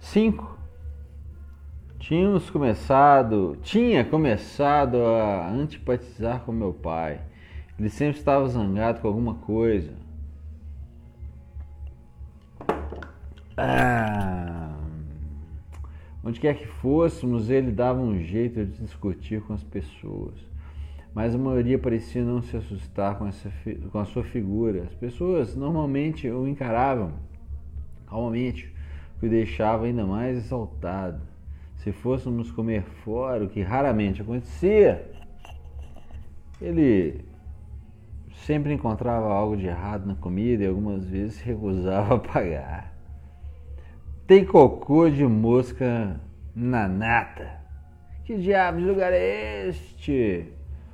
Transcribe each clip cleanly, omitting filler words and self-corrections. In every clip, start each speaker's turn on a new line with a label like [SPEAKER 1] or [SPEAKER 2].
[SPEAKER 1] 5. Tinha começado a antipatizar com meu pai. Ele sempre estava zangado com alguma coisa. Onde quer que fôssemos, ele dava um jeito de discutir com as pessoas. Mas a maioria parecia não se assustar com a sua figura. As pessoas normalmente o encaravam calmamente, o que o deixava ainda mais exaltado. Se fôssemos comer fora, o que raramente acontecia, ele sempre encontrava algo de errado na comida e algumas vezes se recusava a pagar. Tem cocô de mosca na nata. Que diabo de lugar é este?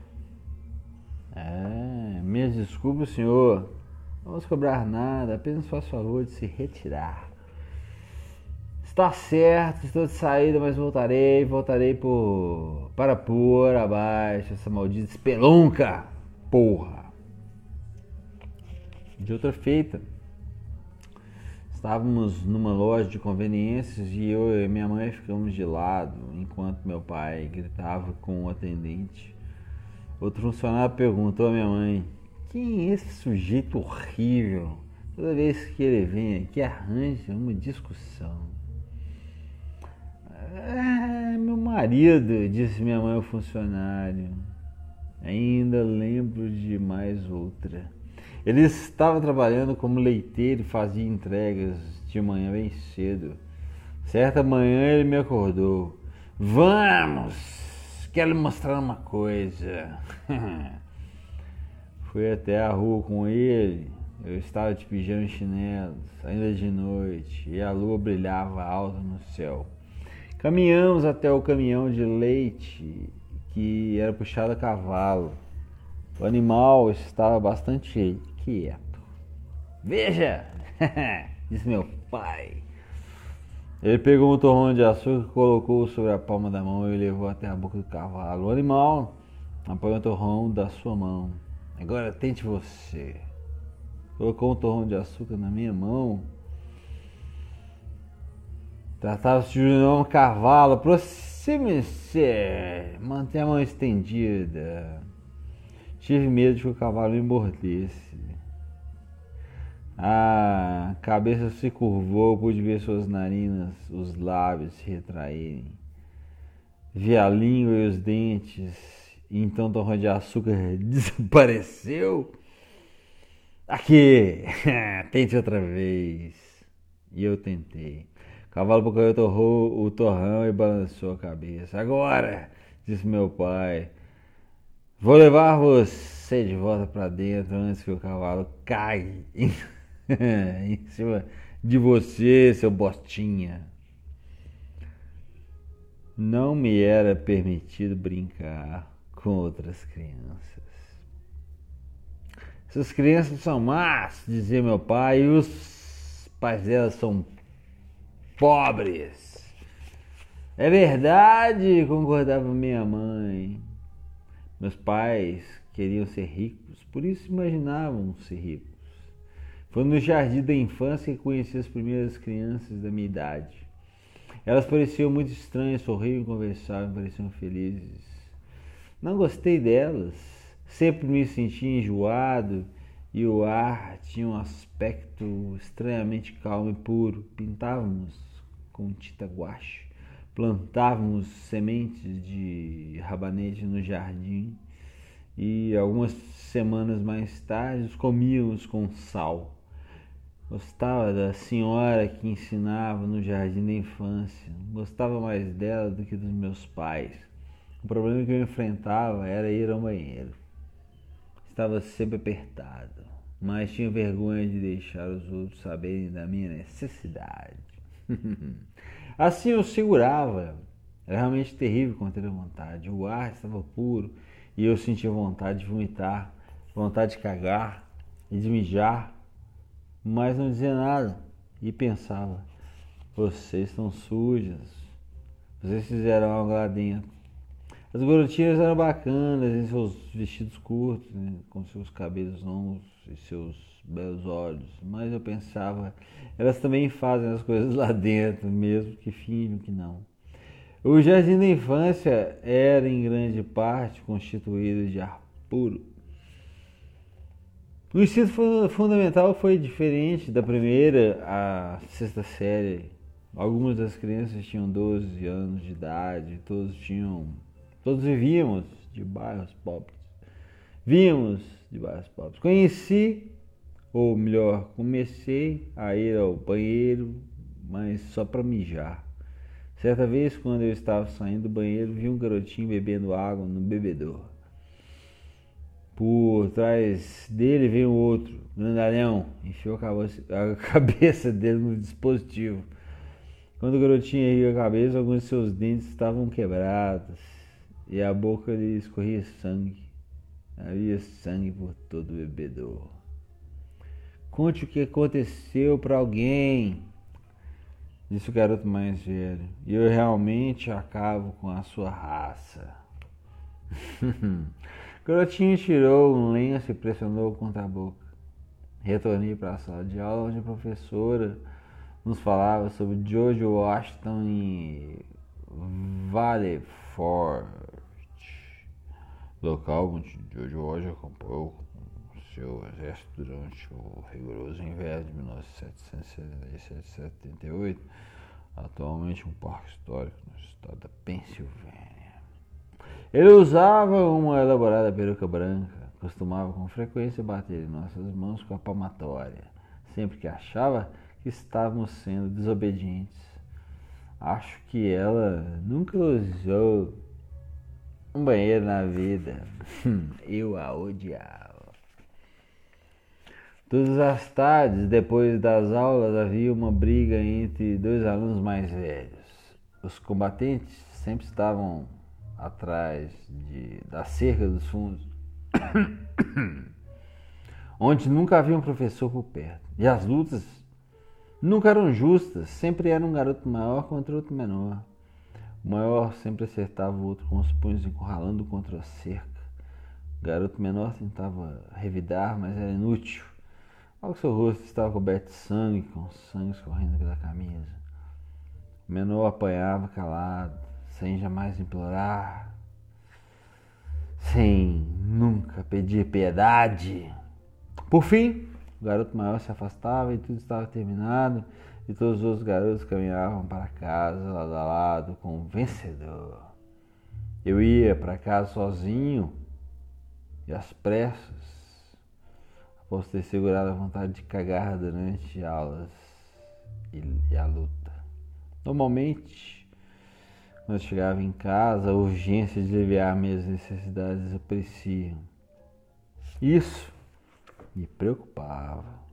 [SPEAKER 1] Minhas desculpas, senhor. Não vamos cobrar nada, apenas faça favor de se retirar. Está certo, estou de saída, mas voltarei para pôr abaixo essa maldita espelunca, porra. De outra feita, estávamos numa loja de conveniências e eu e minha mãe ficamos de lado, enquanto meu pai gritava com o atendente. Outro funcionário perguntou à minha mãe: quem é esse sujeito horrível? Toda vez que ele vem aqui arranja uma discussão. Meu marido, disse minha mãe ao funcionário. Ainda lembro de mais outra. Ele estava trabalhando como leiteiro e fazia entregas de manhã bem cedo. Certa manhã ele me acordou. Vamos! Quero lhe mostrar uma coisa. Fui até a rua com ele. Eu estava de pijama e chinelos, ainda de noite, e a lua brilhava alta no céu. Caminhamos até o caminhão de leite que era puxado a cavalo. O animal estava bastante quieto. Veja! Disse meu pai. Ele pegou um torrão de açúcar, colocou sobre a palma da mão e levou até a boca do cavalo. O animal apoiou o torrão da sua mão. Agora tente você. Colocou um torrão de açúcar na minha mão. Tratava-se de um cavalo. Aproxime-se. Mantenha a mão estendida. Tive medo de que o cavalo me mordesse. A cabeça se curvou, pude ver suas narinas, os lábios se retraírem. Vi a língua e os dentes, e então o torrão de açúcar desapareceu. Aqui! Tente outra vez. E eu tentei. O cavalo procurou o torrão e balançou a cabeça. Agora, disse meu pai, vou levar você de volta para dentro antes que o cavalo caia em cima de você, seu bostinha. Não me era permitido brincar com outras crianças. Essas crianças são más, dizia meu pai, e os pais delas são pobres. É verdade, concordava minha mãe. Meus pais queriam ser ricos, por isso imaginavam ser ricos. Foi no jardim da infância que conheci as primeiras crianças da minha idade. Elas pareciam muito estranhas, sorriam, conversavam, pareciam felizes. Não gostei delas, sempre me sentia enjoado e o ar tinha um aspecto estranhamente calmo e puro. Pintávamos com tinta guache, plantávamos sementes de rabanete no jardim e algumas semanas mais tarde os comíamos com sal. Gostava da senhora que ensinava no jardim da infância. Gostava mais dela do que dos meus pais. O problema que eu enfrentava era ir ao banheiro. Estava sempre apertado, mas tinha vergonha de deixar os outros saberem da minha necessidade. Assim eu segurava. Era realmente terrível conter a vontade. O ar estava puro e eu sentia vontade de vomitar, vontade de cagar e de mijar, mas não dizia nada e pensava: vocês estão sujas, vocês fizeram algo lá dentro. As garotinhas eram bacanas em seus vestidos curtos, né, com seus cabelos longos e seus belos olhos, mas eu pensava, elas também fazem as coisas lá dentro, mesmo que fingem que não. O jardim da infância era em grande parte constituído de ar puro. O ensino fundamental foi diferente da primeira à sexta série. Algumas das crianças tinham 12 anos de idade, todos vivíamos de bairros pobres. Vimos de bairros pobres. Conheci, ou melhor, comecei a ir ao banheiro, mas só para mijar. Certa vez, quando eu estava saindo do banheiro, vi um garotinho bebendo água no bebedouro. Por trás dele veio outro, grandalhão, enfiou a cabeça dele no dispositivo. Quando o garotinho ergueu a cabeça, alguns de seus dentes estavam quebrados e a boca lhe escorria sangue. Havia sangue por todo o bebedouro. Conte o que aconteceu para alguém, disse o garoto mais velho, e eu realmente acabo com a sua raça. O garotinho tirou um lenço e pressionou contra a boca. Retornei para a sala de aula onde a professora nos falava sobre George Washington e Valley Forge, local onde George Washington acampou com seu exército durante o rigoroso inverno de 1777-78, atualmente um parque histórico no estado da Pensilvânia. Ele usava uma elaborada peruca branca, costumava com frequência bater em nossas mãos com a palmatória, sempre que achava que estávamos sendo desobedientes. Acho que ela nunca usou um banheiro na vida. Eu a odiava. Todas as tardes, depois das aulas, havia uma briga entre dois alunos mais velhos. Os combatentes sempre estavam atrás da cerca dos fundos, onde nunca havia um professor por perto. E as lutas nunca eram justas, sempre era um garoto maior contra outro menor. O maior sempre acertava o outro com os punhos encurralando contra a cerca. O garoto menor tentava revidar, mas era inútil. Logo seu rosto estava coberto de sangue, com sangue escorrendo pela camisa. O menor apanhava calado, sem jamais implorar, sem nunca pedir piedade. Por fim, o garoto maior se afastava e tudo estava terminado, e todos os outros garotos caminhavam para casa lado a lado com o vencedor. Eu ia para casa sozinho e às pressas, após ter segurado a vontade de cagar durante aulas e a luta. Normalmente, quando eu chegava em casa, a urgência de aliviar minhas necessidades desapareciam. Isso me preocupava.